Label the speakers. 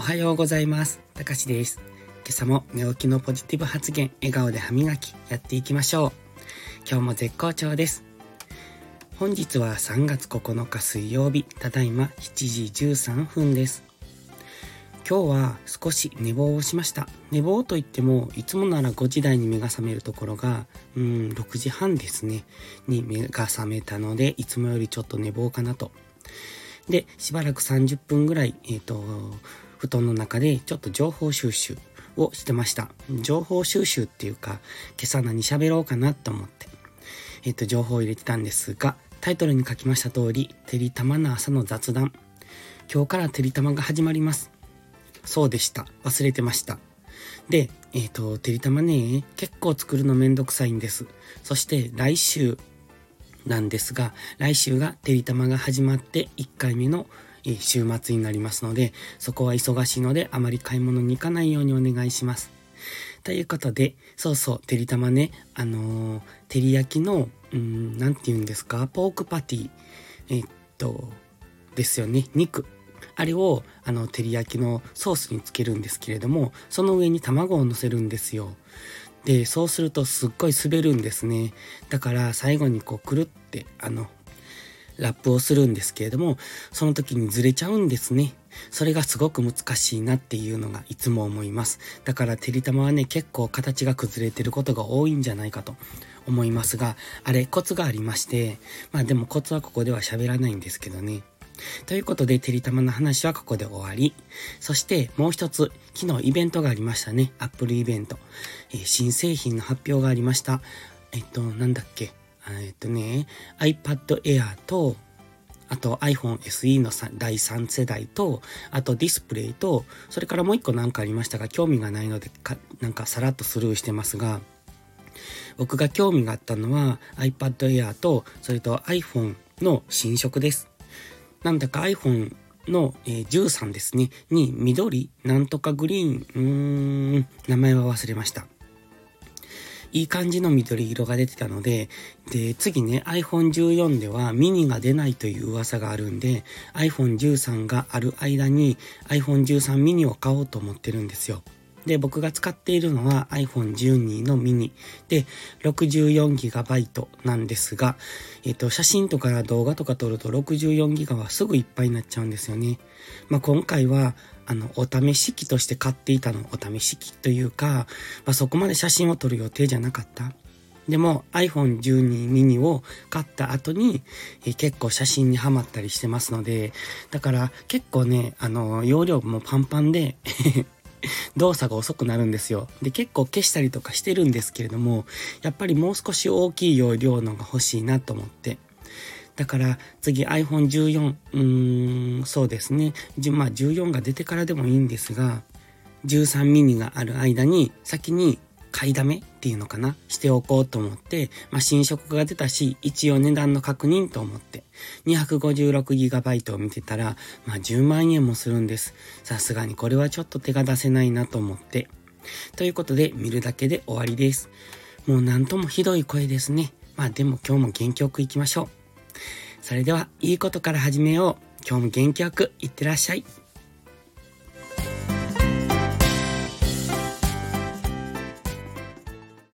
Speaker 1: はようございます。たかしです。今朝も寝起きのポジティブ発言、笑顔で歯磨きやっていきましょう。今日も絶好調です。本日は3月9日水曜日、ただいま7時13分です。今日は少し寝坊をしました。寝坊といっても、いつもなら5時台に目が覚めるところが、6時半ですね、に目が覚めたので、いつもよりちょっと寝坊かなと。で、しばらく30分ぐらい、布団の中でちょっと情報収集をしてました。情報収集っていうか、今朝何喋ろうかなと思って、情報を入れてたんですが、タイトルに書きました通り、てりたまな朝の雑談。今日からてりたまが始まります。そうでした。忘れてました。で、てりたまね、結構作るのめんどくさいんです。そして来週なんですが、来週がてりたまが始まって1回目の週末になりますので、そこは忙しいのであまり買い物に行かないようにお願いします。ということで、てりたまね、照り焼きの、なんて言うんですか、ポークパティ、ですよね、肉。あれを、照り焼きのソースにつけるんですけれども、その上に卵を乗せるんですよ。で、そうするとすっごい滑るんですね。だから最後にこうくるってラップをするんですけれども、その時にずれちゃうんですね。それがすごく難しいなっていうのがいつも思います。だからてりたまはね、結構形が崩れてることが多いんじゃないかと思いますが、あれコツがありまして、でもコツはここでは喋らないんですけどね。ということで、てりたまの話はここで終わり。そしてもう一つ、昨日イベントがありましたね。アップルイベント。新製品の発表がありました。なんだっけ。iPad Air と、あと iPhone SE の第3世代と、あとディスプレイと、それからもう一個なんかありましたが、興味がないのでなんかさらっとスルーしてますが、僕が興味があったのは iPad Air と、それと iPhone の新色です。なんだか iPhone の、13ですね、に緑、なんとかグリーン、名前は忘れました。いい感じの緑色が出てたので、次ね、iPhone 14ではミニが出ないという噂があるんで、iPhone 13がある間に iPhone 13ミニを買おうと思ってるんですよ。で、僕が使っているのは iPhone 12のミニで 64GB なんですが、写真とか動画とか撮ると 64GB はすぐいっぱいになっちゃうんですよね。今回はお試し機として買っていたの。お試し機というか、そこまで写真を撮る予定じゃなかった。でも iPhone 12 mini を買った後に、結構写真にハマったりしてますので、だから結構ね、容量もパンパンで動作が遅くなるんですよ。で、結構消したりとかしてるんですけれども、やっぱりもう少し大きい容量のが欲しいなと思って。だから次 iPhone 14、そうですね。14が出てからでもいいんですが、13ミニがある間に先に買いだめっていうのかなしておこうと思って、新色が出たし、一応値段の確認と思って、256GB を見てたら、10万円もするんです。さすがにこれはちょっと手が出せないなと思って。ということで、見るだけで終わりです。もうなんともひどい声ですね。でも今日も元気よくいきましょう。それでは、いいことから始めよう。今日も元気よくいってらっしゃい。